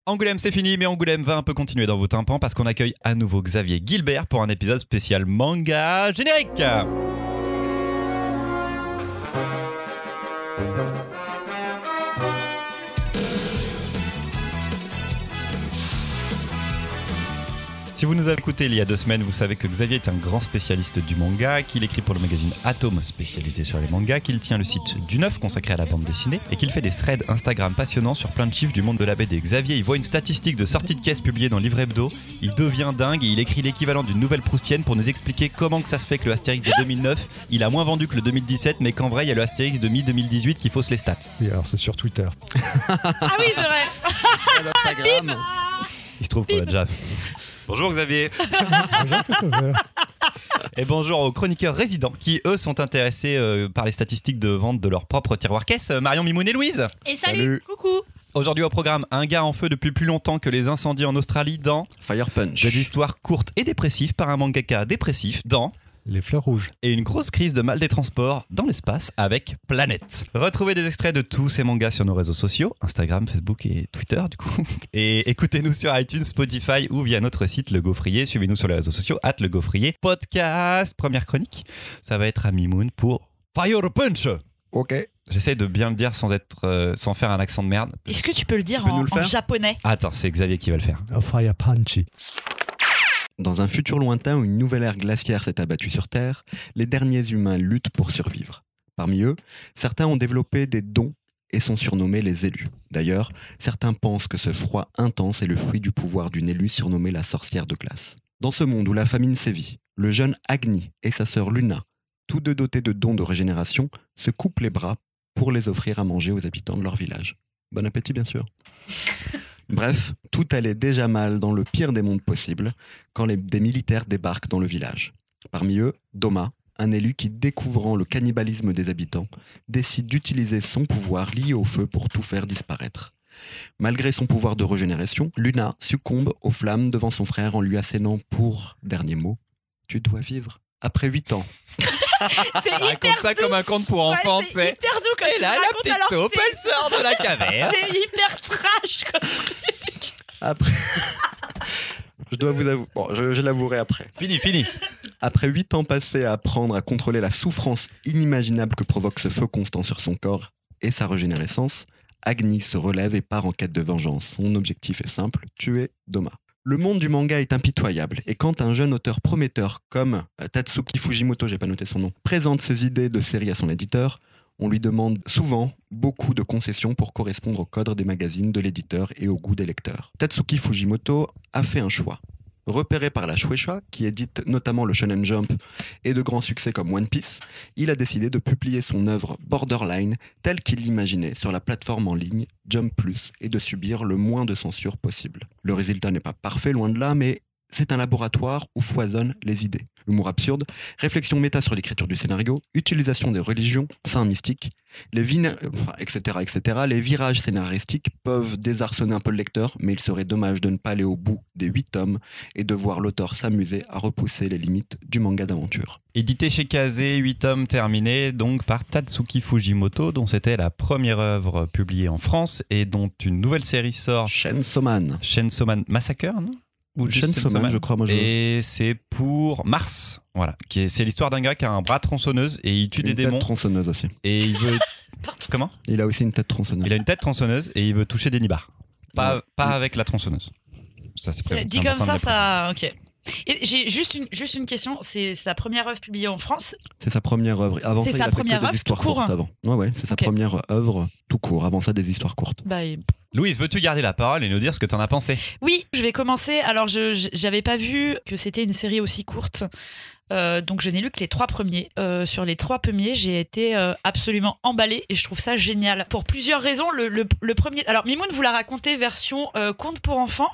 Angoulême c'est fini, mais Angoulême va un peu continuer dans vos tympans parce qu'on accueille à nouveau Xavier Gilbert pour un épisode spécial manga générique. Si vous nous avez écouté il y a 2 semaines, vous savez que Xavier est un grand spécialiste du manga, qu'il écrit pour le magazine Atome, spécialisé sur les mangas, qu'il tient le site du Neuf consacré à la bande dessinée et qu'il fait des threads Instagram passionnants sur plein de chiffres du monde de la BD. Xavier, il voit une statistique de sortie de caisse publiée dans Livre Hebdo, il devient dingue et il écrit l'équivalent d'une nouvelle proustienne pour nous expliquer comment que ça se fait que le Astérix de 2009, il a moins vendu que le 2017, mais qu'en vrai, il y a le Astérix de mi-2018 qui fausse les stats. Oui, alors c'est sur Twitter. Ah oui, c'est vrai. Instagram. Il se trouve qu'on l'a déjà... Bonjour Xavier. Bonjour Christopher. Et bonjour aux chroniqueurs résidents qui, eux, sont intéressés par les statistiques de vente de leur propre tiroir caisse, Marion, Mimoun et Louise. Et salut. Coucou. Aujourd'hui au programme, un gars en feu depuis plus longtemps que les incendies en Australie dans Fire Punch. des histoires courtes et dépressives par un mangaka dépressif dans Les fleurs rouges. et une grosse crise de mal des transports dans l'espace avec Planète. Retrouvez des extraits de tous ces mangas sur nos réseaux sociaux, Instagram, Facebook et Twitter du coup. Et écoutez-nous sur iTunes, Spotify ou via notre site Le Gaufrier. Suivez-nous sur les réseaux sociaux @Le Gaufrier Podcast. Première chronique, ça va être à Mimoun pour Fire Punch. Ok. J'essaie de bien le dire sans faire un accent de merde. Est-ce que tu peux le dire peux nous en le faire japonais? Attends, c'est Xavier qui va le faire. Fire Punchy. Dans un futur lointain où une nouvelle ère glaciaire s'est abattue sur Terre, les derniers humains luttent pour survivre. Parmi eux, certains ont développé des dons et sont surnommés les élus. D'ailleurs, certains pensent que ce froid intense est le fruit du pouvoir d'une élue surnommée la sorcière de glace. Dans ce monde où la famine sévit, le jeune Agni et sa sœur Luna, tous deux dotés de dons de régénération, se coupent les bras pour les offrir à manger aux habitants de leur village. Bon appétit bien sûr. Bref, tout allait déjà mal dans le pire des mondes possibles quand des militaires débarquent dans le village. Parmi eux, Doma, un élu qui, découvrant le cannibalisme des habitants, décide d'utiliser son pouvoir lié au feu pour tout faire disparaître. Malgré son pouvoir de régénération, Luna succombe aux flammes devant son frère en lui assénant pour, dernier mot, « Tu dois vivre ». Après 8 ans. C'est hyper Raconte ça doux. comme un conte pour enfants, Ouais, tu c'est sais. hyper doux quand Et tu là, le la racontes, petite alors taupe, elle sort de la caverne. c'est hyper trash comme truc. Après... je dois vous avouer... Bon, je l'avouerai après. Fini. Après 8 ans passés à apprendre à contrôler la souffrance inimaginable que provoque ce feu constant sur son corps et sa régénérescence, Agni se relève et part en quête de vengeance. Son objectif est simple, tuer Doma. Le monde du manga est impitoyable et quand un jeune auteur prometteur comme Tatsuki Fujimoto, j'ai pas noté son nom, présente ses idées de série à son éditeur, on lui demande souvent beaucoup de concessions pour correspondre au cadre des magazines de l'éditeur et au goût des lecteurs. Tatsuki Fujimoto a fait un choix. Repéré par la Shueisha, qui édite notamment le Shonen Jump et de grands succès comme One Piece, il a décidé de publier son œuvre Borderline telle qu'il l'imaginait sur la plateforme en ligne Jump Plus et de subir le moins de censure possible. Le résultat n'est pas parfait, loin de là, mais c'est un laboratoire où foisonnent les idées. Humour absurde, réflexion méta sur l'écriture du scénario, utilisation des religions, fins mystiques, etc. Les virages scénaristiques peuvent désarçonner un peu le lecteur, mais il serait dommage de ne pas aller au bout des 8 tomes et de voir l'auteur s'amuser à repousser les limites du manga d'aventure. Édité chez Kazé, 8 tomes terminés donc par Tatsuki Fujimoto, dont c'était la première œuvre publiée en France et dont une nouvelle série sort. Chainsaw Man. Chainsaw Man Massacre, non? Ou juste Chainsaw Man, je crois, moi je... Et c'est pour Mars, voilà. C'est l'histoire d'un gars qui a un bras tronçonneuse et il tue des Une démons. tête tronçonneuse aussi. Et il veut... Comment? Il a aussi une tête tronçonneuse. Il a une tête tronçonneuse et il veut toucher des nibards. Pas avec la tronçonneuse. Ça, c'est Dit important comme de ça, le préciser. ok. Et j'ai juste une question. C'est sa première œuvre publiée en France. C'est sa première œuvre. Avant C'est ça, sa il a fait première que des œuvre histoires tout court, courtes hein. avant. Ouais, c'est sa Ok. première œuvre tout court. Avant ça, des histoires courtes. Bah, Louise, veux-tu garder la parole et nous dire ce que t'en as pensé? oui, je vais commencer. Alors, j'avais pas vu que c'était une série aussi courte. Donc je n'ai lu que les 3 premiers. Sur les 3 premiers, j'ai été absolument emballée et je trouve ça génial. Pour plusieurs raisons. Le premier... Alors Mimoun vous l'a raconté version conte pour enfants.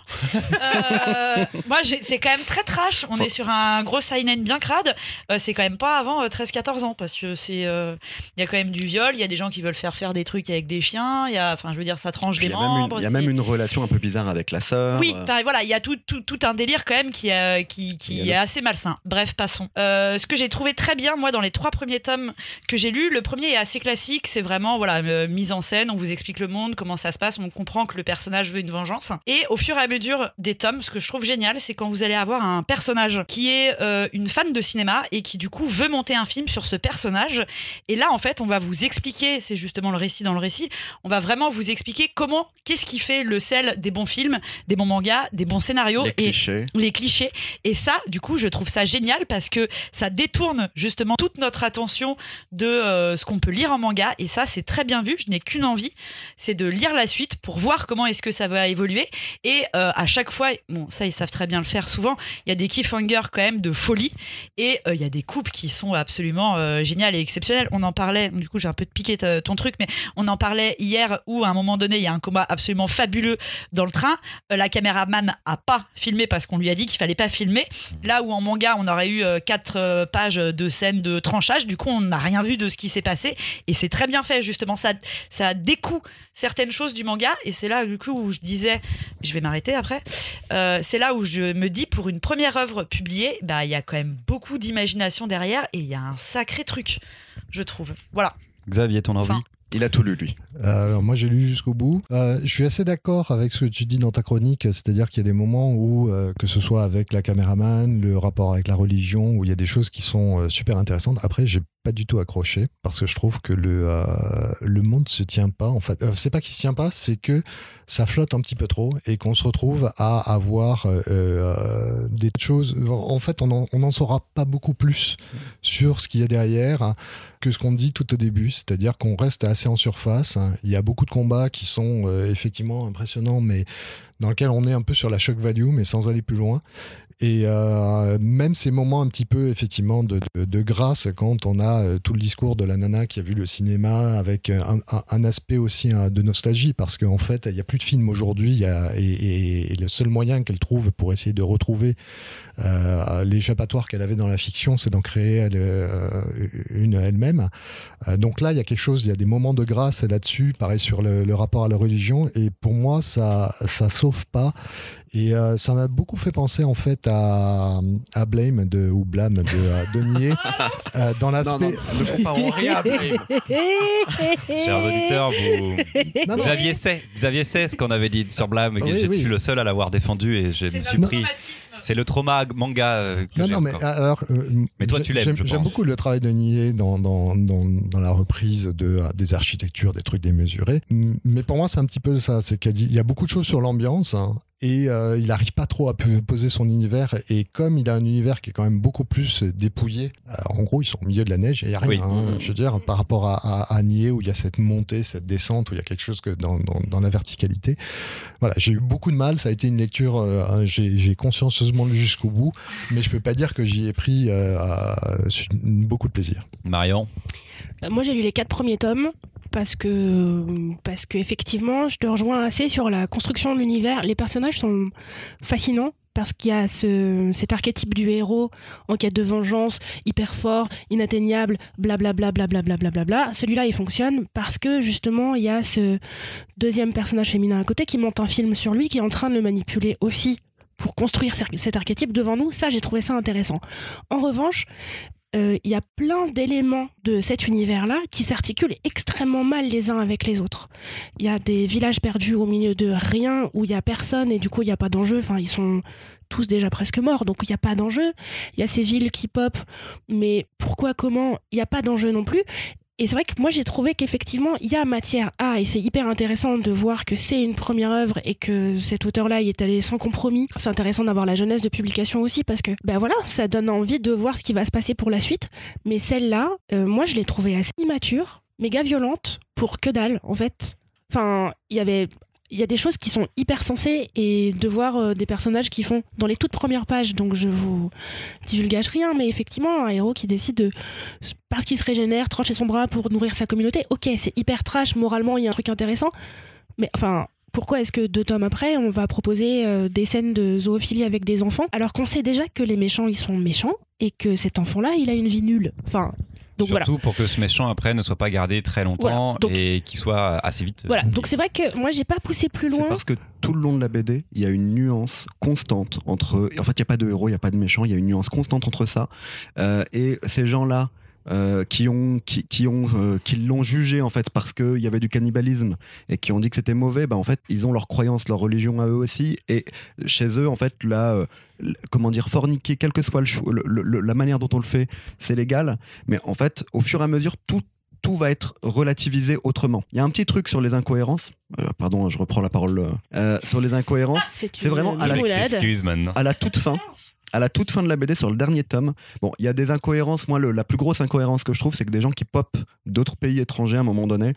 Moi, c'est quand même très trash. On est sur un gros seinen bien crade. C'est quand même pas avant 13-14 ans parce que il y a quand même du viol, il y a des gens qui veulent faire des trucs avec des chiens, enfin je veux dire ça tranche des membres. Il y a même une relation un peu bizarre avec la sœur. Oui, voilà, il y a tout un délire quand même qui est assez malsain. Bref, passons. fond. Ce que j'ai trouvé très bien, moi, dans les 3 premiers tomes que j'ai lus, le premier est assez classique, c'est vraiment mise en scène, on vous explique le monde, comment ça se passe, on comprend que le personnage veut une vengeance. Et au fur et à mesure des tomes, ce que je trouve génial, c'est quand vous allez avoir un personnage qui est une fan de cinéma et qui du coup veut monter un film sur ce personnage. Et là, en fait, on va vous expliquer, c'est justement le récit dans le récit, on va vraiment vous expliquer qu'est-ce qui fait le sel des bons films, des bons mangas, des bons scénarios, les clichés. Et ça, du coup, je trouve ça génial parce que ça détourne justement toute notre attention de ce qu'on peut lire en manga. Et ça, c'est très bien vu. Je n'ai qu'une envie, c'est de lire la suite pour voir comment est-ce que ça va évoluer. Et à chaque fois, bon, ça, ils savent très bien le faire souvent, il y a des cliffhangers quand même de folie. Et il y a des coupes qui sont absolument géniales et exceptionnelles. On en parlait, du coup, j'ai un peu piqué ton truc, mais on en parlait hier où à un moment donné, il y a un combat absolument fabuleux dans le train. La caméraman a pas filmé parce qu'on lui a dit qu'il fallait pas filmer. Là où en manga, on aurait eu 4 pages de scènes de tranchage, du coup, on n'a rien vu de ce qui s'est passé. Et c'est très bien fait, justement. Ça découe certaines choses du manga. Et c'est là, du coup, où je disais, je vais m'arrêter après, c'est là où je me dis, pour une première œuvre publiée, il y a quand même beaucoup d'imagination derrière et il y a un sacré truc, je trouve. Voilà. Xavier, ton envie? Il a tout lu, lui. Alors moi j'ai lu jusqu'au bout. Je suis assez d'accord avec ce que tu dis dans ta chronique, c'est-à-dire qu'il y a des moments où, que ce soit avec la caméraman, le rapport avec la religion, où il y a des choses qui sont super intéressantes. Après, j'ai pas du tout accroché parce que je trouve que le monde se tient pas. En fait, c'est pas qu'il se tient pas, c'est que ça flotte un petit peu trop et qu'on se retrouve à avoir des choses. En fait, on n'en saura pas beaucoup plus sur ce qu'il y a derrière que ce qu'on dit tout au début, c'est-à-dire qu'on reste assez en surface. Il y a beaucoup de combats qui sont effectivement impressionnants, mais dans lesquels on est un peu sur la shock value, mais sans aller plus loin. Et même ces moments un petit peu effectivement de grâce, quand on a tout le discours de la nana qui a vu le cinéma avec un aspect aussi de nostalgie, parce qu'en fait il n'y a plus de films aujourd'hui, et le seul moyen qu'elle trouve pour essayer de retrouver l'échappatoire qu'elle avait dans la fiction, c'est d'en créer une elle-même. Donc là il y a quelque chose, il y a des moments de grâce là-dessus, pareil sur le rapport à la religion, et pour moi ça sauve pas. Et ça m'a beaucoup fait penser en fait à Blame ou Blâme de Nier dans l'aspect. Ne comparons rien à Blame. Chers auditeurs, Xavier sait ce qu'on avait dit sur Blâme, et je suis le seul à l'avoir défendu et je me suis pris. C'est le trauma manga que j'ai encore. Mais toi tu l'aimes, je pense. J'aime beaucoup le travail de Nier dans la reprise des architectures, des trucs démesurés. Mais pour moi c'est un petit peu ça, c'est qu'il y a beaucoup de choses sur l'ambiance, et il n'arrive pas trop à poser son univers, et comme il a un univers qui est quand même beaucoup plus dépouillé, en gros ils sont au milieu de la neige et il n'y a rien, je veux dire, par rapport à Nier où il y a cette montée, cette descente, où il y a quelque chose que dans la verticalité. Voilà, j'ai eu beaucoup de mal, ça a été une lecture, j'ai consciencieusement lu jusqu'au bout, mais je peux pas dire que j'y ai pris beaucoup de plaisir. Marion? Moi j'ai lu les 4 premiers tomes, parce que effectivement, je te rejoins assez sur la construction de l'univers. Les personnages sont fascinants parce qu'il y a cet archétype du héros en quête de vengeance, hyper fort, inatteignable, blablabla, blablabla, blablabla. Celui-là, il fonctionne parce que justement, il y a ce deuxième personnage féminin à côté qui monte un film sur lui, qui est en train de le manipuler aussi pour construire cet archétype devant nous. Ça, j'ai trouvé ça intéressant. En revanche, il y a plein d'éléments de cet univers-là qui s'articulent extrêmement mal les uns avec les autres. Il y a des villages perdus au milieu de rien, où il n'y a personne et du coup il n'y a pas d'enjeu. Enfin, ils sont tous déjà presque morts, donc il n'y a pas d'enjeu. Il y a ces villes qui pop, mais pourquoi, comment, il n'y a pas d'enjeu non plus. Et c'est vrai que moi j'ai trouvé qu'effectivement il y a matière à, et c'est hyper intéressant de voir que c'est une première œuvre et que cet auteur-là y est allé sans compromis. C'est intéressant d'avoir la jeunesse de publication aussi parce que voilà, ça donne envie de voir ce qui va se passer pour la suite. Mais celle-là, moi je l'ai trouvée assez immature, méga violente, pour que dalle en fait. Enfin, il y a des choses qui sont hyper sensées, et de voir des personnages qui font dans les toutes premières pages, donc je vous divulgage rien, mais effectivement un héros qui décide parce qu'il se régénère, trancher son bras pour nourrir sa communauté. Ok, c'est hyper trash, moralement il y a un truc intéressant, mais enfin pourquoi est-ce que 2 tomes après on va proposer des scènes de zoophilie avec des enfants alors qu'on sait déjà que les méchants ils sont méchants et que cet enfant là il a une vie nulle. Enfin Donc Surtout pour que ce méchant après ne soit pas gardé très longtemps et qu'il soit assez vite. Voilà, donc c'est vrai que moi j'ai pas poussé plus loin. C'est parce que tout le long de la BD, il y a une nuance constante entre. En fait, il n'y a pas de héros, il n'y a pas de méchant, il y a une nuance constante entre ça. Et ces gens-là. Qui l'ont jugé en fait parce qu'il y avait du cannibalisme et qui ont dit que c'était mauvais, en fait ils ont leur croyance, leur religion à eux aussi, et chez eux en fait forniquer, quelle que soit la manière dont on le fait, c'est légal, mais en fait au fur et à mesure tout va être relativisé autrement. Il y a un petit truc sur les incohérences, pardon je reprends la parole, sur les incohérences, c'est vraiment à la toute fin. À la toute fin de la BD, sur le dernier tome, il y a des incohérences. Moi, la plus grosse incohérence que je trouve, c'est que des gens qui popent d'autres pays étrangers à un moment donné,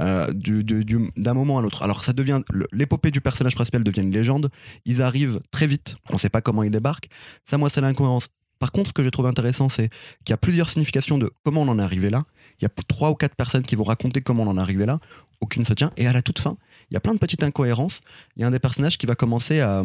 d'un moment à l'autre. Alors, ça devient l'épopée du personnage principal devient une légende. Ils arrivent très vite. On ne sait pas comment ils débarquent. Ça, moi, c'est l'incohérence. Par contre, ce que je trouve intéressant, c'est qu'il y a plusieurs significations de comment on en est arrivé là. Il y a 3 ou 4 personnes qui vont raconter comment on en est arrivé là. Aucune se tient. Et à la toute fin, il y a plein de petites incohérences. Il y a un des personnages qui va commencer à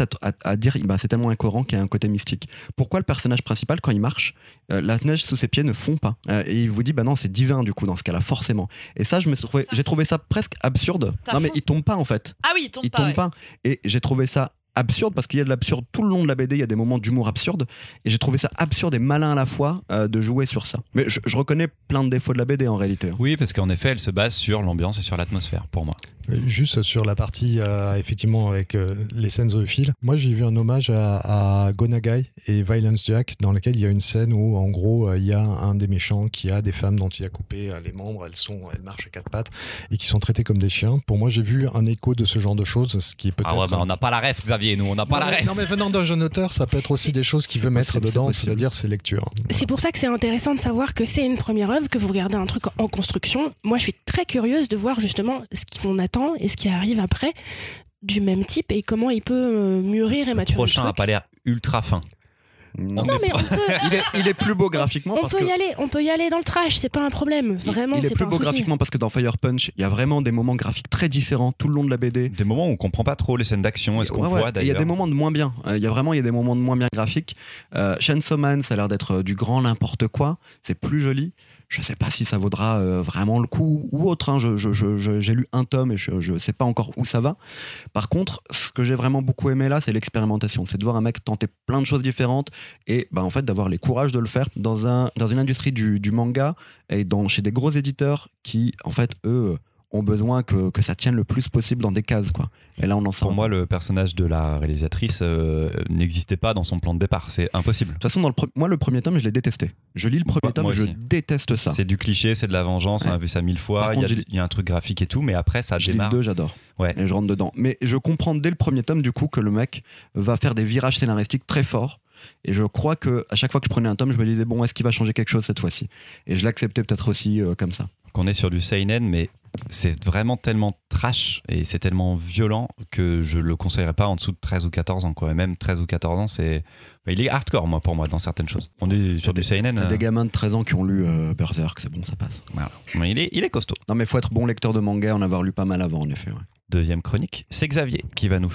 dire c'est tellement incohérent qu'il y a un côté mystique. Pourquoi le personnage principal, quand il marche, la neige sous ses pieds ne fond pas, et il vous dit non, c'est divin du coup dans ce cas-là, forcément. Et ça, j'ai trouvé ça presque absurde. Non mais il tombe pas en fait. Ah oui, il tombe pas. Et j'ai trouvé ça absurde parce qu'il y a de l'absurde tout le long de la BD, il y a des moments d'humour absurde, et j'ai trouvé ça absurde et malin à la fois de jouer sur ça. Mais je reconnais plein de défauts de la BD en réalité. Oui, parce qu'en effet elle se base sur l'ambiance et sur l'atmosphère pour moi. Juste sur la partie effectivement avec les scènes zoophiles, moi j'ai vu un hommage à Gonagai et Violence Jack, dans lequel il y a une scène où en gros il y a un des méchants qui a des femmes dont il a coupé les membres, elles marchent à 4 pattes et qui sont traitées comme des chiens. Pour moi j'ai vu un écho de ce genre de choses, ce qui est peut-être... on n'a pas la ref, Xavier, nous on n'a pas la ref. Non mais venant d'un jeune auteur, ça peut être aussi des choses qu'il veut mettre dedans, c'est-à-dire ses lectures. C'est pour ça que c'est intéressant de savoir que c'est une première œuvre, que vous regardez un truc en construction. Moi je suis très curieuse de voir justement ce qu'on attend et ce qui arrive après du même type et comment il peut mûrir et maturer. Le prochain n'a pas l'air ultra fin. Non mais on peut... il est plus beau graphiquement. On peut y aller dans le trash, c'est pas un problème. Vraiment, il est plus beau graphiquement parce que dans Fire Punch, il y a vraiment des moments graphiques très différents tout le long de la BD. Des moments où on comprend pas trop les scènes d'action, est-ce qu'on voit d'ailleurs. Il y a des moments de moins bien. Il y a des moments de moins bien graphiques. Chainsaw Man, ça a l'air d'être du grand n'importe quoi. C'est plus joli. Je sais pas si ça vaudra vraiment le coup ou autre. Hein. J'ai lu un tome et je sais pas encore où ça va. Par contre, ce que j'ai vraiment beaucoup aimé là, c'est l'expérimentation. C'est de voir un mec tenter plein de choses différentes et en fait d'avoir les courages de le faire dans une industrie du manga et chez des gros éditeurs qui en fait eux ont besoin que ça tienne le plus possible dans des cases, quoi. Et là on en sort. Pour moi, le personnage de la réalisatrice n'existait pas dans son plan de départ, c'est impossible. De toute façon, moi le premier tome je l'ai détesté. Je lis le premier tome, je déteste ça. C'est du cliché, c'est de la vengeance, on a vu ça 1000 fois. Il y a un truc graphique et tout, mais après ça démarre. Je lis le 2, j'adore. Ouais. Et je rentre dedans. Mais je comprends dès le premier tome du coup que le mec va faire des virages scénaristiques très forts. Et je crois que à chaque fois que je prenais un tome, je me disais est-ce qu'il va changer quelque chose cette fois-ci. Et je l'acceptais peut-être aussi comme ça. Qu'on est sur du seinen, mais c'est vraiment tellement trash et c'est tellement violent que je le conseillerais pas en dessous de 13 ou 14 ans, quoi. Et même 13 ou 14 ans, il est hardcore, pour moi, dans certaines choses. On est sur du seinen. T'as des gamins de 13 ans qui ont lu Berserk, c'est bon, ça passe. Voilà. Mais il est costaud. Non, mais faut être bon lecteur de manga, en avoir lu pas mal avant, en effet. Ouais. Deuxième chronique, c'est Xavier qui va nous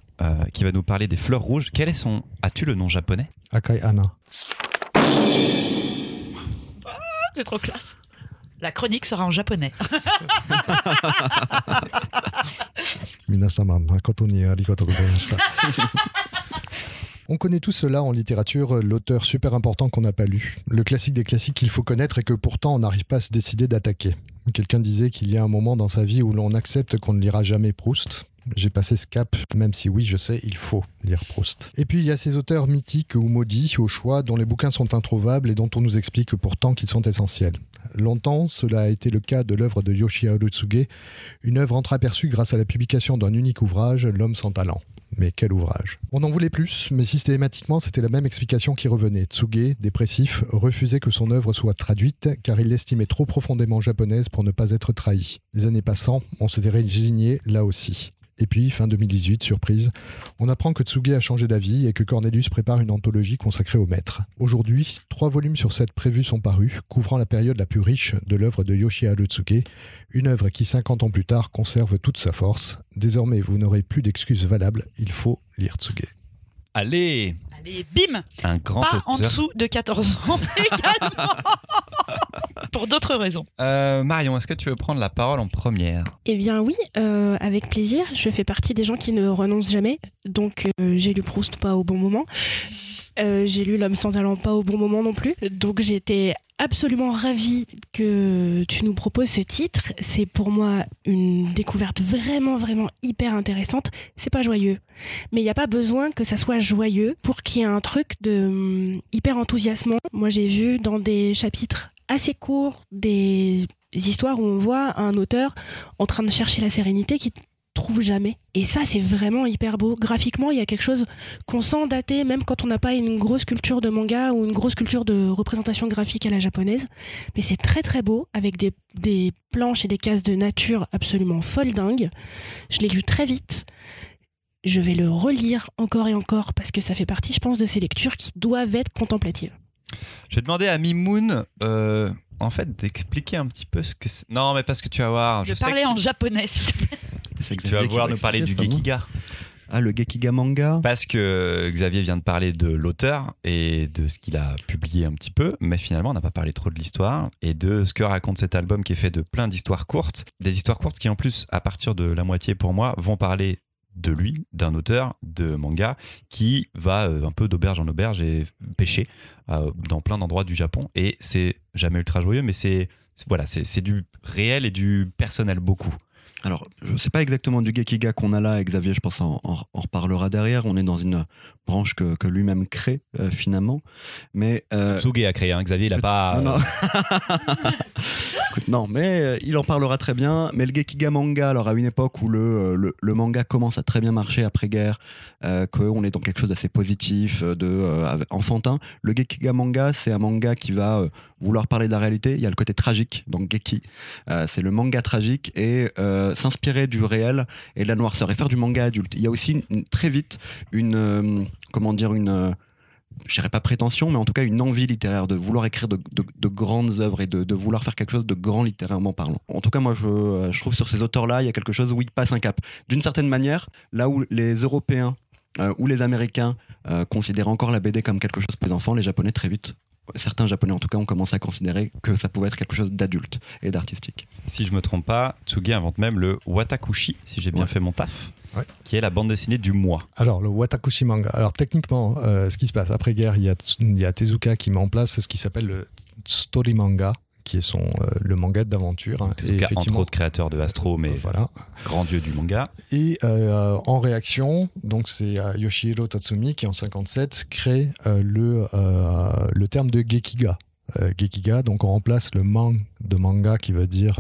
parler des fleurs rouges. Quel est as-tu le nom japonais? Akai Hana. C'est trop classe. La chronique sera en japonais. Minasama, makoto ni arigatou gozaimashita. On connaît tout cela en littérature, l'auteur super important qu'on n'a pas lu. Le classique des classiques qu'il faut connaître et que pourtant on n'arrive pas à se décider d'attaquer. Quelqu'un disait qu'il y a un moment dans sa vie où l'on accepte qu'on ne lira jamais Proust. J'ai passé ce cap, même si oui, je sais, il faut lire Proust. Et puis il y a ces auteurs mythiques ou maudits au choix dont les bouquins sont introuvables et dont on nous explique pourtant qu'ils sont essentiels. Longtemps, cela a été le cas de l'œuvre de Yoshiharu Tsuge, une œuvre entreaperçue grâce à la publication d'un unique ouvrage, L'homme sans talent. Mais quel ouvrage! On en voulait plus, mais systématiquement c'était la même explication qui revenait. Tsuge, dépressif, refusait que son œuvre soit traduite car il l'estimait trop profondément japonaise pour ne pas être trahi. Les années passant, on s'était résigné là aussi. Et puis, fin 2018, surprise, on apprend que Tsuge a changé d'avis et que Cornelius prépare une anthologie consacrée au maître. Aujourd'hui, 3 volumes sur 7 prévus sont parus, couvrant la période la plus riche de l'œuvre de Yoshiharu Tsuge, une œuvre qui, 50 ans plus tard, conserve toute sa force. Désormais, vous n'aurez plus d'excuses valables, il faut lire Tsuge. Allez, bim! Un grand Pas auteur. en dessous de 14 ans également. Pour d'autres raisons. Marion, est-ce que tu veux prendre la parole en première ? Eh bien oui, avec plaisir. Je fais partie des gens qui ne renoncent jamais. Donc j'ai lu Proust pas au bon moment. J'ai lu L'homme sans talent pas au bon moment non plus. Donc j'étais absolument ravie que tu nous proposes ce titre. C'est pour moi une découverte vraiment, vraiment hyper intéressante. C'est pas joyeux. Mais il n'y a pas besoin que ça soit joyeux pour qu'il y ait un truc de hyper enthousiasmant. Moi j'ai vu dans des chapitres assez courts des histoires où on voit un auteur en train de chercher la sérénité qui trouve jamais. Et ça, c'est vraiment hyper beau. Graphiquement, il y a quelque chose qu'on sent daté, même quand on n'a pas une grosse culture de manga ou une grosse culture de représentation graphique à la japonaise. Mais c'est très très beau, avec des planches et des cases de nature absolument folles dingues. Je l'ai lu très vite. Je vais le relire encore et encore, parce que ça fait partie, je pense, de ces lectures qui doivent être contemplatives. Je vais demander à Mimoun en fait d'expliquer un petit peu ce que c'est. Non, mais parce que tu vas voir. Je parler en japonais, s'il te plaît. Tu vas voir nous parler du Gekiga. Ah, le Gekiga manga. Parce que Xavier vient de parler de l'auteur et de ce qu'il a publié un petit peu, mais finalement on n'a pas parlé trop de l'histoire et de ce que raconte cet album qui est fait de plein d'histoires courtes. Des histoires courtes qui en plus, à partir de la moitié pour moi, vont parler de lui, d'un auteur de manga qui va un peu d'auberge en auberge et pêcher dans plein d'endroits du Japon. Et c'est jamais ultra joyeux, mais c'est du réel et du personnel beaucoup. Alors, je ne sais pas exactement du Gekiga qu'on a là, et Xavier, je pense, en reparlera derrière. On est dans une branche que lui-même crée, finalement. Mais, Tsuge a créé, hein. Xavier, il n'a pas... Non. Écoute, non, mais il en parlera très bien. Mais le Gekiga manga, alors à une époque où le manga commence à très bien marcher après-guerre, qu'on est dans quelque chose d'assez positif, enfantin, le Gekiga manga, c'est un manga qui va vouloir parler de la réalité. Il y a le côté tragique, donc Geki. C'est le manga tragique et s'inspirer du réel et de la noirceur et faire du manga adulte. Il y a aussi très vite une je dirais pas prétention, mais en tout cas une envie littéraire de vouloir écrire de grandes œuvres et de vouloir faire quelque chose de grand littérairement parlant. En tout cas, moi, je trouve sur ces auteurs-là, il y a quelque chose où ils passent un cap. D'une certaine manière, là où les Européens ou les Américains considèrent encore la BD comme quelque chose pour les enfants, les Japonais très vite, certains Japonais en tout cas, ont commencé à considérer que ça pouvait être quelque chose d'adulte et d'artistique. Si je me trompe pas, Tsuge invente même le Watakushi, si j'ai bien fait mon taf. Ouais. Qui est la bande dessinée du mois. Alors, le Watakushi manga. Alors, techniquement, ce qui se passe après-guerre, il y a Tezuka qui met en place ce qui s'appelle le story manga, qui est le manga d'aventure. Tezuka, entre autres créateur de Astro, mais voilà. Grand dieu du manga. Et en réaction, donc c'est Yoshihiro Tatsumi qui, en 57, crée le terme de Gekiga. Gekiga, donc on remplace le de manga qui veut dire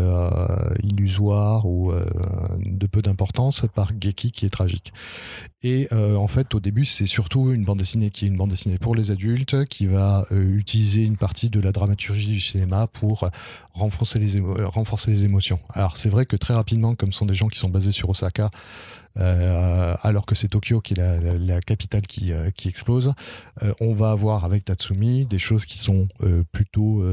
illusoire ou de peu d'importance par Geki qui est tragique. Et en fait au début c'est surtout une bande dessinée qui est une bande dessinée pour les adultes qui va utiliser une partie de la dramaturgie du cinéma pour renforcer les émotions. Alors c'est vrai que très rapidement, comme ce sont des gens qui sont basés sur Osaka, alors que c'est Tokyo qui est la capitale qui explose, on va avoir avec Tatsumi des choses qui sont plutôt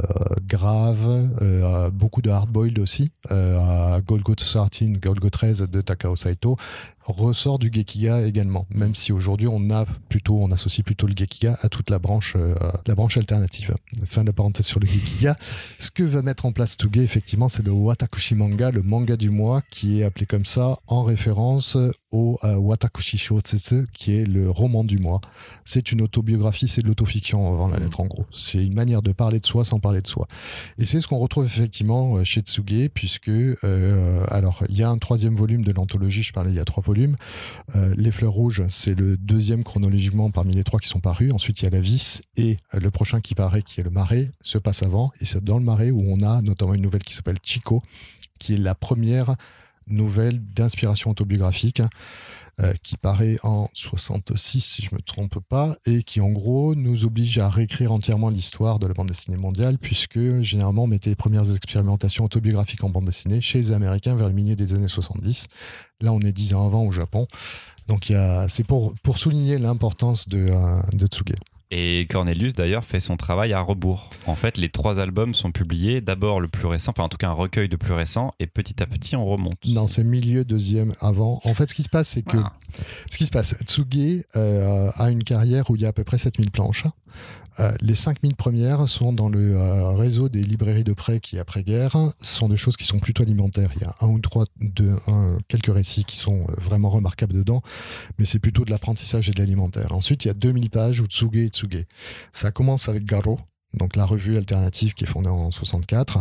graves, beaucoup de hard-boiled aussi. Golgo 13, Golgo 13 de Takao Saito ressort du Gekiga également, même si aujourd'hui on associe plutôt le Gekiga à toute la branche alternative. Fin de la parenthèse sur le Gekiga. Ce que va mettre en place Tsuge, effectivement, c'est le Watakushi manga, le manga du mois, qui est appelé comme ça en référence au Watakushi Shousetsu, qui est le roman du mois. C'est une autobiographie, c'est de l'autofiction avant la lettre en gros. C'est une manière de parler de soi sans parler de soi. Et c'est ce qu'on retrouve effectivement chez Tsuge, puisque alors il y a un 3e volume de l'anthologie, je parlais il y a 3 volumes. Les Fleurs Rouges, c'est le 2e chronologiquement parmi les 3 qui sont parus. Ensuite il y a La Vis et le prochain qui paraît, qui est Le Marais, se passe avant. Et c'est dans Le Marais où on a notamment une nouvelle qui s'appelle Chico, qui est la première nouvelle d'inspiration autobiographique qui paraît en 66 si je me trompe pas, et qui en gros nous oblige à réécrire entièrement l'histoire de la bande dessinée mondiale, puisque généralement on mettait les premières expérimentations autobiographiques en bande dessinée chez les Américains vers le milieu des années 70. Là on est 10 ans avant au Japon, donc c'est pour souligner l'importance de Tsuge. Et Cornelius d'ailleurs fait son travail à rebours. En fait, les 3 albums sont publiés, d'abord le plus récent, enfin en tout cas un recueil de plus récent, et petit à petit on remonte. Non, c'est milieu, deuxième, avant. En fait, ce qui se passe, c'est que Tsuge a une carrière où il y a à peu près 7000 planches. Les 5000 premières sont dans le réseau des librairies de prêt qui, après-guerre, sont des choses qui sont plutôt alimentaires. Il y a quelques récits qui sont vraiment remarquables dedans, mais c'est plutôt de l'apprentissage et de l'alimentaire. Ensuite, il y a 2000 pages où Tsuge et Tsuge. Ça commence avec Garo, donc la revue alternative qui est fondée en 64.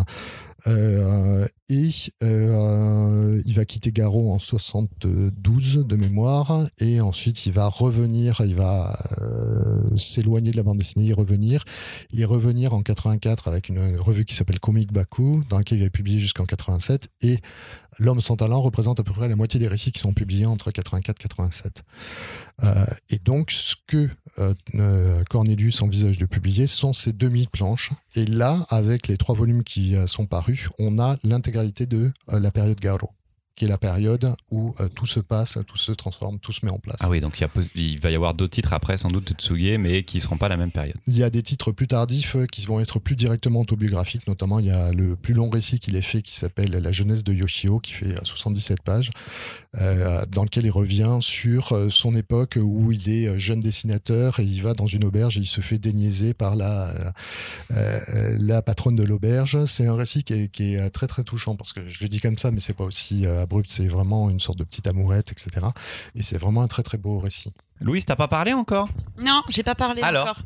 Il va quitter Garo en 72 de mémoire, et ensuite il va revenir, il va s'éloigner de la bande dessinée, y revenir en 84 avec une revue qui s'appelle Comic Baku, dans laquelle il va publier jusqu'en 87, et L'Homme sans talent représente à peu près la moitié des récits qui sont publiés entre 84 et 87. Et donc, ce que Cornelius envisage de publier sont ces 2000 planches. Et là, avec les 3 volumes qui sont parus, on a l'intégralité de la période Garo, qui est la période où tout se passe, tout se transforme, tout se met en place. Ah oui, donc il va y avoir d'autres titres après, sans doute de Tsuge, mais qui ne seront pas la même période. Il y a des titres plus tardifs qui vont être plus directement autobiographiques, notamment il y a le plus long récit qu'il ait fait qui s'appelle La jeunesse de Yoshio, qui fait 77 pages, dans lequel il revient sur son époque où il est jeune dessinateur et il va dans une auberge et il se fait déniaiser par la patronne de l'auberge. C'est un récit qui est très très touchant, parce que je le dis comme ça, mais c'est pas aussi abrupt, c'est vraiment une sorte de petite amourette, etc. Et c'est vraiment un très très beau récit. Louise, t'as pas parlé encore ? Non, j'ai pas parlé encore.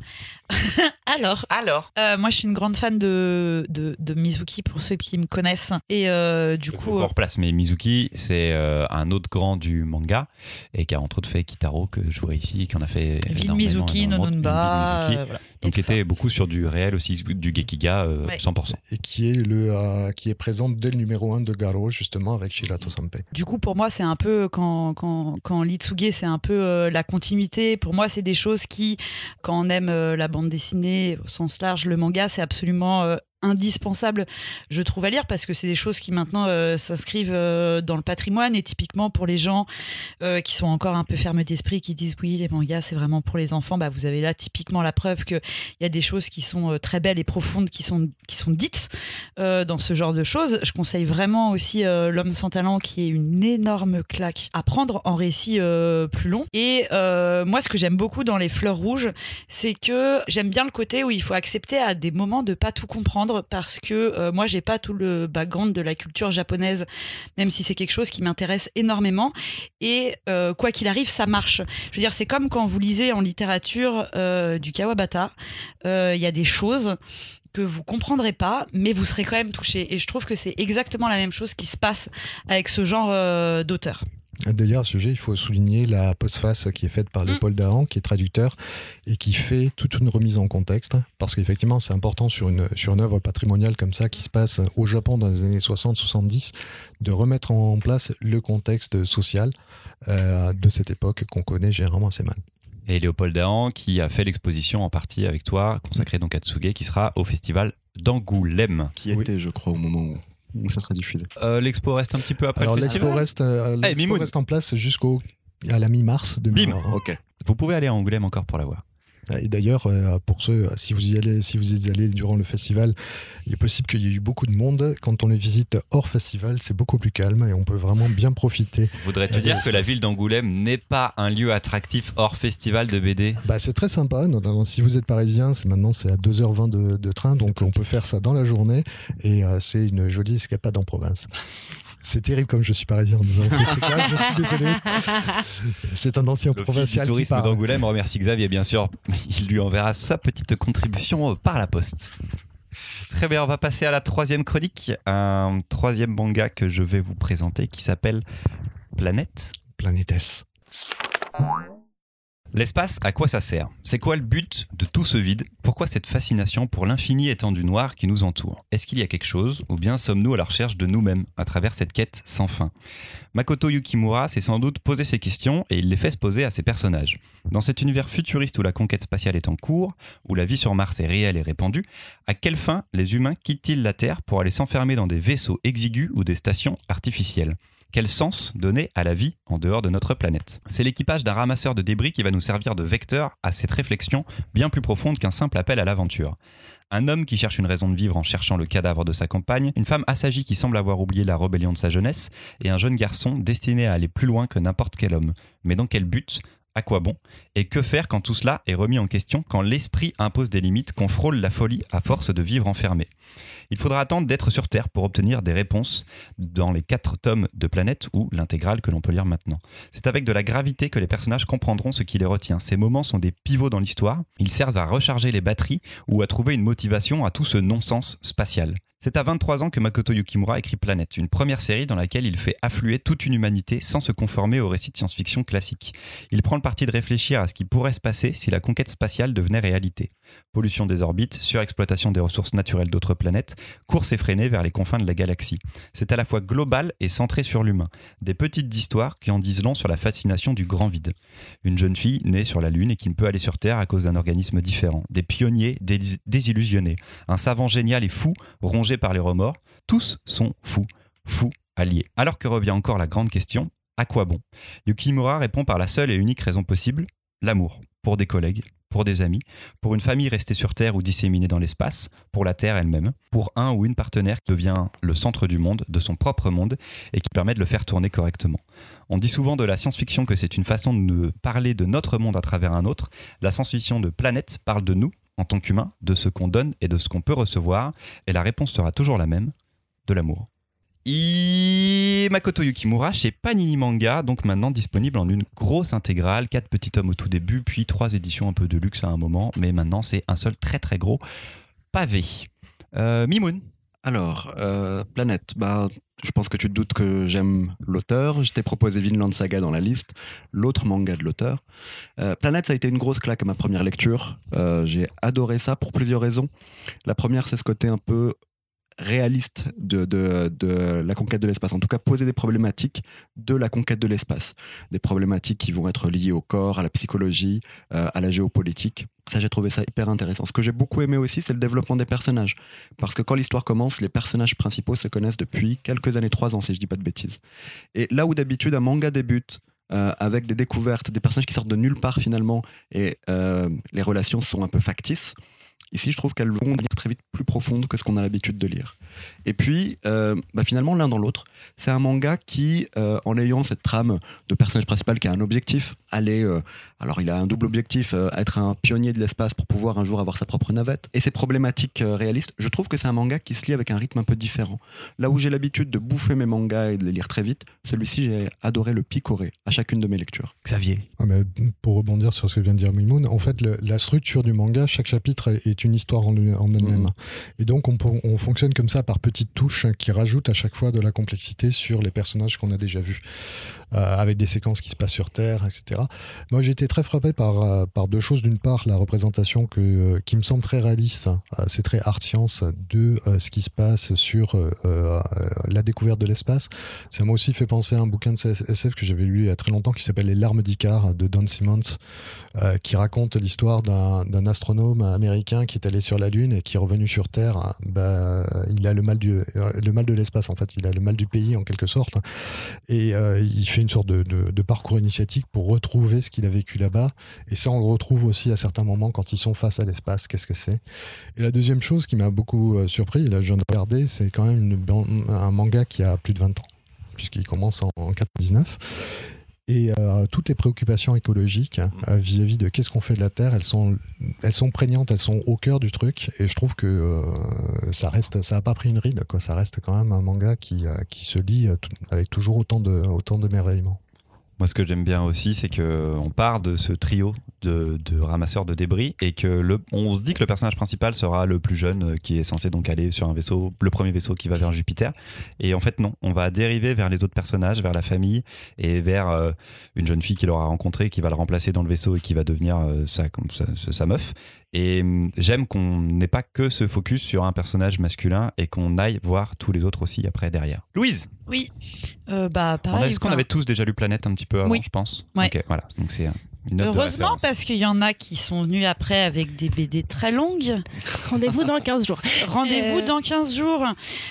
Alors, moi je suis une grande fan de Mizuki, pour ceux qui me connaissent. Et du coup. On replace, mais Mizuki, c'est un autre grand du manga, et qui a entre autres fait Kitaro, que je vois ici, qui en a fait. Vide Mizuki, Nononba. Voilà. Donc qui était beaucoup sur du réel aussi, du Gekiga 100%. Et qui est présent dès le numéro 1 de Garo, justement, avec Shirato Sanpei. Du coup, pour moi, c'est un peu, quand on lit Tsuge, c'est un peu la continuité. Pour moi, c'est des choses qui, quand on aime la bande dessinée au sens large, le manga, c'est absolument indispensable, je trouve, à lire, parce que c'est des choses qui maintenant s'inscrivent dans le patrimoine. Et typiquement pour les gens qui sont encore un peu fermes d'esprit, qui disent oui, les mangas c'est vraiment pour les enfants, vous avez là typiquement la preuve qu'il y a des choses qui sont très belles et profondes qui sont dites dans ce genre de choses. Je conseille vraiment aussi L'Homme sans talent, qui est une énorme claque à prendre en récit plus long. Et moi, ce que j'aime beaucoup dans Les Fleurs Rouges, c'est que j'aime bien le côté où il faut accepter à des moments de pas tout comprendre, parce que moi j'ai pas tout le background de la culture japonaise, même si c'est quelque chose qui m'intéresse énormément, et quoi qu'il arrive, ça marche. Je veux dire, c'est comme quand vous lisez en littérature du Kawabata, il y a des choses que vous comprendrez pas, mais vous serez quand même touché, et je trouve que c'est exactement la même chose qui se passe avec ce genre d'auteur. D'ailleurs, à ce sujet, il faut souligner la postface qui est faite par Léopold Dahan, qui est traducteur, et qui fait toute une remise en contexte, parce qu'effectivement, c'est important sur une œuvre patrimoniale comme ça, qui se passe au Japon dans les années 60-70, de remettre en place le contexte social de cette époque qu'on connaît généralement assez mal. Et Léopold Dahan, qui a fait l'exposition en partie avec toi, consacrée donc à Tsuge, qui sera au festival d'Angoulême. Qui était, je crois, au moment où ça sera diffusé. L'expo reste un petit peu après. Alors le festival. l'expo reste en place à la mi-mars 2020. Ok. Vous pouvez aller à Angoulême encore pour la voir. Et d'ailleurs, pour ceux, si vous y allez durant le festival, il est possible qu'il y ait eu beaucoup de monde. Quand on les visite hors festival, c'est beaucoup plus calme et on peut vraiment bien profiter. Je voudrais te dire que la ville d'Angoulême n'est pas un lieu attractif hors festival de BD. C'est très sympa, notamment si vous êtes parisien, c'est à 2h20 de train, donc on peut faire ça dans la journée, et c'est une jolie escapade en province. C'est terrible comme je suis parisien en disant ce truc-là, je suis désolé. C'est un ancien provincial. Le tourisme d'Angoulême remercie Xavier, bien sûr. Il lui enverra sa petite contribution par la poste. Très bien, on va passer à la 3e chronique. Un 3e manga que je vais vous présenter qui s'appelle Planète. Planetes. L'espace, à quoi ça sert ? C'est quoi le but de tout ce vide ? Pourquoi cette fascination pour l'infini étendue noire qui nous entoure ? Est-ce qu'il y a quelque chose, ou bien sommes-nous à la recherche de nous-mêmes à travers cette quête sans fin ? Makoto Yukimura s'est sans doute posé ces questions, et il les fait se poser à ses personnages. Dans cet univers futuriste où la conquête spatiale est en cours, où la vie sur Mars est réelle et répandue, à quelle fin les humains quittent-ils la Terre pour aller s'enfermer dans des vaisseaux exigus ou des stations artificielles ? Quel sens donner à la vie en dehors de notre planète ? C'est l'équipage d'un ramasseur de débris qui va nous servir de vecteur à cette réflexion bien plus profonde qu'un simple appel à l'aventure. Un homme qui cherche une raison de vivre en cherchant le cadavre de sa compagne, une femme assagie qui semble avoir oublié la rébellion de sa jeunesse, et un jeune garçon destiné à aller plus loin que n'importe quel homme. Mais dans quel but ? À quoi bon ? Et que faire quand tout cela est remis en question, quand l'esprit impose des limites, qu'on frôle la folie à force de vivre enfermé ? Il faudra attendre d'être sur Terre pour obtenir des réponses dans les 4 tomes de Planète ou l'intégrale que l'on peut lire maintenant. C'est avec de la gravité que les personnages comprendront ce qui les retient. Ces moments sont des pivots dans l'histoire. Ils servent à recharger les batteries ou à trouver une motivation à tout ce non-sens spatial. C'est à 23 ans que Makoto Yukimura écrit Planète, une première série dans laquelle il fait affluer toute une humanité sans se conformer aux récits de science-fiction classiques. Il prend le parti de réfléchir à ce qui pourrait se passer si la conquête spatiale devenait réalité. Pollution des orbites, surexploitation des ressources naturelles d'autres planètes, course effrénée vers les confins de la galaxie. C'est à la fois global et centré sur l'humain. Des petites histoires qui en disent long sur la fascination du grand vide. Une jeune fille née sur la Lune et qui ne peut aller sur Terre à cause d'un organisme différent. Des pionniers désillusionnés. Un savant génial et fou, rongé par les remords. Tous sont fous alliés. Alors que revient encore la grande question, à quoi bon ? Yukimura répond par la seule et unique raison possible, l'amour. Pour des collègues, pour des amis, pour une famille restée sur Terre ou disséminée dans l'espace, pour la Terre elle-même, pour un ou une partenaire qui devient le centre du monde, de son propre monde, et qui permet de le faire tourner correctement. On dit souvent de la science-fiction que c'est une façon de parler de notre monde à travers un autre. La science-fiction de Planète parle de nous, en tant qu'humains, de ce qu'on donne et de ce qu'on peut recevoir, et la réponse sera toujours la même, de l'amour. Makoto Yukimura chez Panini Manga, donc maintenant disponible en une grosse intégrale, 4 petits tomes au tout début, puis 3 éditions un peu de luxe à un moment, mais maintenant c'est un seul très très gros pavé. Mimoun. Alors, Planète, je pense que tu te doutes que j'aime l'auteur. Je t'ai proposé Vinland Saga dans la liste, l'autre manga de l'auteur. Planète, ça a été une grosse claque à ma première lecture. J'ai adoré ça pour plusieurs raisons. La première, c'est ce côté un peu réaliste de la conquête de l'espace, en tout cas poser des problématiques de la conquête de l'espace, des problématiques qui vont être liées au corps, à la psychologie, à la géopolitique. Ça, j'ai trouvé ça hyper intéressant. Ce que j'ai beaucoup aimé aussi, c'est le développement des personnages, parce que quand l'histoire commence, les personnages principaux se connaissent depuis quelques années, 3 ans si je dis pas de bêtises. Et là où d'habitude un manga débute avec des découvertes, des personnages qui sortent de nulle part finalement, et les relations sont un peu factices, ici, je trouve qu'elles vont devenir très vite plus profondes que ce qu'on a l'habitude de lire. Et puis, finalement, l'un dans l'autre, c'est un manga qui, en ayant cette trame de personnage principal qui a un objectif, alors il a un double objectif, être un pionnier de l'espace pour pouvoir un jour avoir sa propre navette, et ses problématiques réalistes, je trouve que c'est un manga qui se lit avec un rythme un peu différent. Là où j'ai l'habitude de bouffer mes mangas et de les lire très vite, celui-ci, j'ai adoré le picorer à chacune de mes lectures. Xavier. Mais pour rebondir sur ce que vient de dire Mimoun, en fait, la structure du manga, chaque chapitre est une histoire en elle-même. Et donc, on fonctionne comme ça par petites touches qui rajoutent à chaque fois de la complexité sur les personnages qu'on a déjà vus, avec des séquences qui se passent sur Terre, etc. Moi, j'ai été très frappé par 2 choses. D'une part, la représentation qui me semble très réaliste, c'est très art science de ce qui se passe sur la découverte de l'espace. Ça m'a aussi fait penser à un bouquin de SF que j'avais lu il y a très longtemps qui s'appelle Les Larmes d'Icare de Don Simmons, qui raconte l'histoire d'un astronome américain qui est allé sur la Lune et qui est revenu sur Terre. Il a le mal de l'espace, en fait. Il a le mal du pays, en quelque sorte. Et il fait une sorte de parcours initiatique pour retrouver ce qu'il a vécu là-bas. Et ça, on le retrouve aussi à certains moments quand ils sont face à l'espace. Qu'est-ce que c'est ? Et la deuxième chose qui m'a beaucoup surpris, là, je viens de regarder, c'est quand même un manga qui a plus de 20 ans, puisqu'il commence en 99. Et toutes les préoccupations écologiques vis-à-vis de qu'est-ce qu'on fait de la Terre, elles sont prégnantes, elles sont au cœur du truc. Et je trouve que ça n'a pas pris une ride, quoi. Ça reste quand même un manga qui se lit avec toujours autant d'émerveillement. Moi, ce que j'aime bien aussi, c'est qu'on part de ce trio de ramasseurs de débris et on se dit que le personnage principal sera le plus jeune qui est censé donc aller sur un vaisseau, le premier vaisseau qui va vers Jupiter. Et en fait, non, on va dériver vers les autres personnages, vers la famille et vers une jeune fille qu'il aura rencontrée, qui va le remplacer dans le vaisseau et qui va devenir sa meuf. Et j'aime qu'on n'ait pas que ce focus sur un personnage masculin et qu'on aille voir tous les autres aussi après derrière. Louise. Oui, pareil. Est-ce qu'on avait tous déjà lu Planète un petit peu avant, oui. je pense. Ouais. Ok, voilà. Donc c'est Une note de Heureusement, référence. parce qu'il y en a qui sont venus après avec des BD très longues. Rendez-vous dans 15 jours. Rendez-vous dans 15 jours.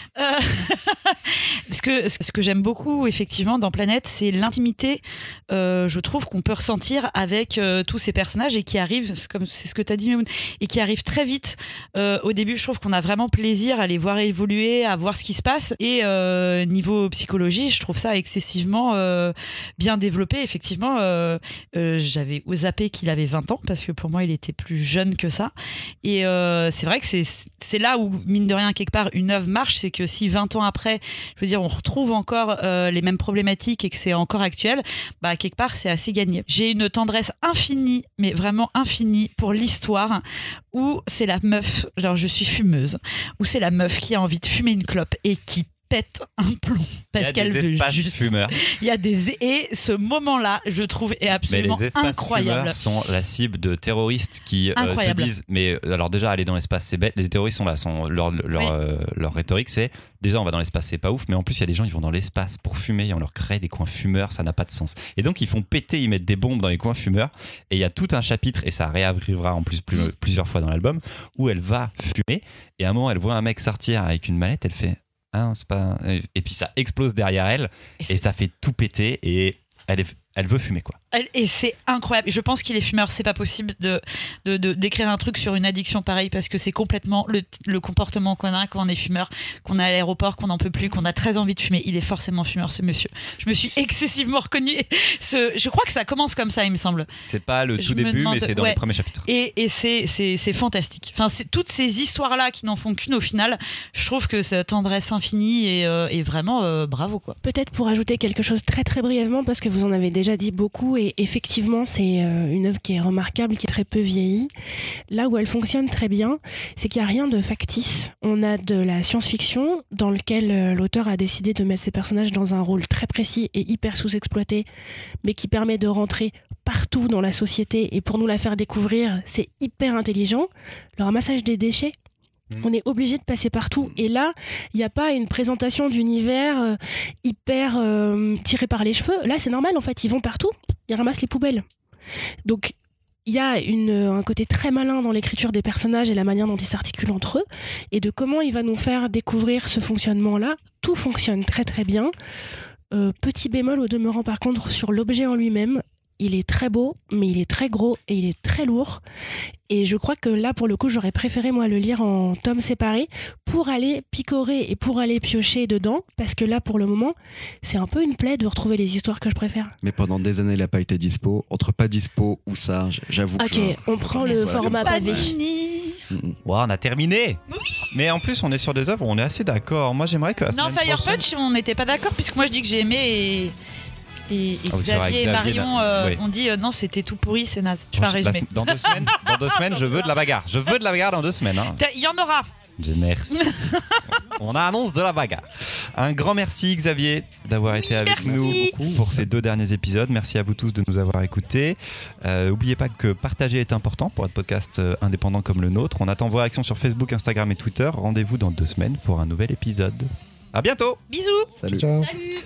Ce que j'aime beaucoup, effectivement, dans Planète, c'est l'intimité, je trouve, qu'on peut ressentir avec tous ces personnages et qui arrivent, c'est ce que tu as dit, Mémoun, et qui arrivent très vite. Au début, je trouve qu'on a vraiment plaisir à les voir évoluer, à voir ce qui se passe. Et niveau psychologie, je trouve ça excessivement bien développé. Effectivement, j'avais zappé qu'il avait 20 ans, parce que pour moi, il était plus jeune que ça. Et c'est vrai que c'est là où, mine de rien, quelque part, une œuvre marche, c'est que si 20 ans après, je veux dire, on retrouve encore les mêmes problématiques et que c'est encore actuel, bah quelque part c'est assez gagné. J'ai une tendresse infinie, mais vraiment infinie, pour l'histoire où c'est la meuf, alors je suis fumeuse, où c'est la meuf qui a envie de fumer une clope et qui pète un plomb parce qu'elle veut juste. Fumeurs. Il y a et ce moment-là, je trouve, est absolument Mais les espaces incroyable. fumeurs sont la cible de terroristes qui se Incroyable. disent, mais alors déjà aller dans l'espace c'est bête. Les terroristes sont là, leur rhétorique c'est déjà on va dans l'espace c'est pas ouf, mais en plus il y a des gens qui vont dans l'espace pour fumer et on leur crée des coins fumeurs, ça n'a pas de sens. Et donc ils font péter, ils mettent des bombes dans les coins fumeurs et il y a tout un chapitre et ça réarrivera en plus plusieurs fois dans l'album où elle va fumer et à un moment elle voit un mec sortir avec une mallette, elle fait ah non, c'est pas. Et puis ça explose derrière elle et ça fait tout péter et elle veut fumer quoi. Et c'est incroyable. Je pense qu'il est fumeur. C'est pas possible d'écrire un truc sur une addiction pareille parce que c'est complètement le comportement qu'on a quand on est fumeur, qu'on est à l'aéroport, qu'on n'en peut plus, qu'on a très envie de fumer. Il est forcément fumeur, ce monsieur. Je me suis excessivement reconnue. Je crois que ça commence comme ça, il me semble. C'est pas le tout début, mais c'est dans les premiers chapitres. Et c'est fantastique. Enfin, c'est toutes ces histoires-là qui n'en font qu'une au final. Je trouve que cette tendresse infinie est vraiment bravo quoi. Peut-être pour ajouter quelque chose très très brièvement, parce que vous en avez déjà dit beaucoup, et effectivement c'est une œuvre qui est remarquable, qui est très peu vieillie. Là où elle fonctionne très bien, c'est qu'il n'y a rien de factice. On a de la science-fiction dans lequel l'auteur a décidé de mettre ses personnages dans un rôle très précis et hyper sous-exploité, mais qui permet de rentrer partout dans la société, et pour nous la faire découvrir, c'est hyper intelligent. Le ramassage des déchets, on est obligé de passer partout. Et là, il n'y a pas une présentation d'univers hyper tiré par les cheveux. Là, c'est normal, en fait. Ils vont partout, ils ramassent les poubelles. Donc, il y a un côté très malin dans l'écriture des personnages et la manière dont ils s'articulent entre eux, et de comment il va nous faire découvrir ce fonctionnement-là. Tout fonctionne très très bien. Petit bémol au demeurant, par contre, sur l'objet en lui-même. Il est très beau, mais il est très gros et il est très lourd. Et je crois que là, pour le coup, j'aurais préféré, moi, le lire en tomes séparés pour aller picorer et pour aller piocher dedans. Parce que là, pour le moment, c'est un peu une plaie de retrouver les histoires que je préfère. Mais pendant des années, il n'a pas été dispo. Entre pas dispo ou ça, j'avoue que... Ok, on prend le format pavé. Ouais, on a terminé. Oui. Mais en plus, on est sur des œuvres où on est assez d'accord. Moi, j'aimerais que la Non, semaine Fire prochaine... Punch, on n'était pas d'accord, puisque moi je dis que j'ai aimé et Xavier et Marion ont dit non, c'était tout pourri, c'est naze. Je fais un résumé. Dans 2 semaines, je veux de la bagarre. Je veux de la bagarre dans 2 semaines. Hein. Il y en aura. Merci. On annonce de la bagarre. Un grand merci Xavier d'avoir été avec nous pour ces 2 derniers épisodes. Merci à vous tous de nous avoir écoutés. N'oubliez pas que partager est important pour un podcast indépendant comme le nôtre. On attend vos réactions sur Facebook, Instagram et Twitter. Rendez-vous dans 2 semaines pour un nouvel épisode. À bientôt. Bisous. Salut. Ciao. Salut.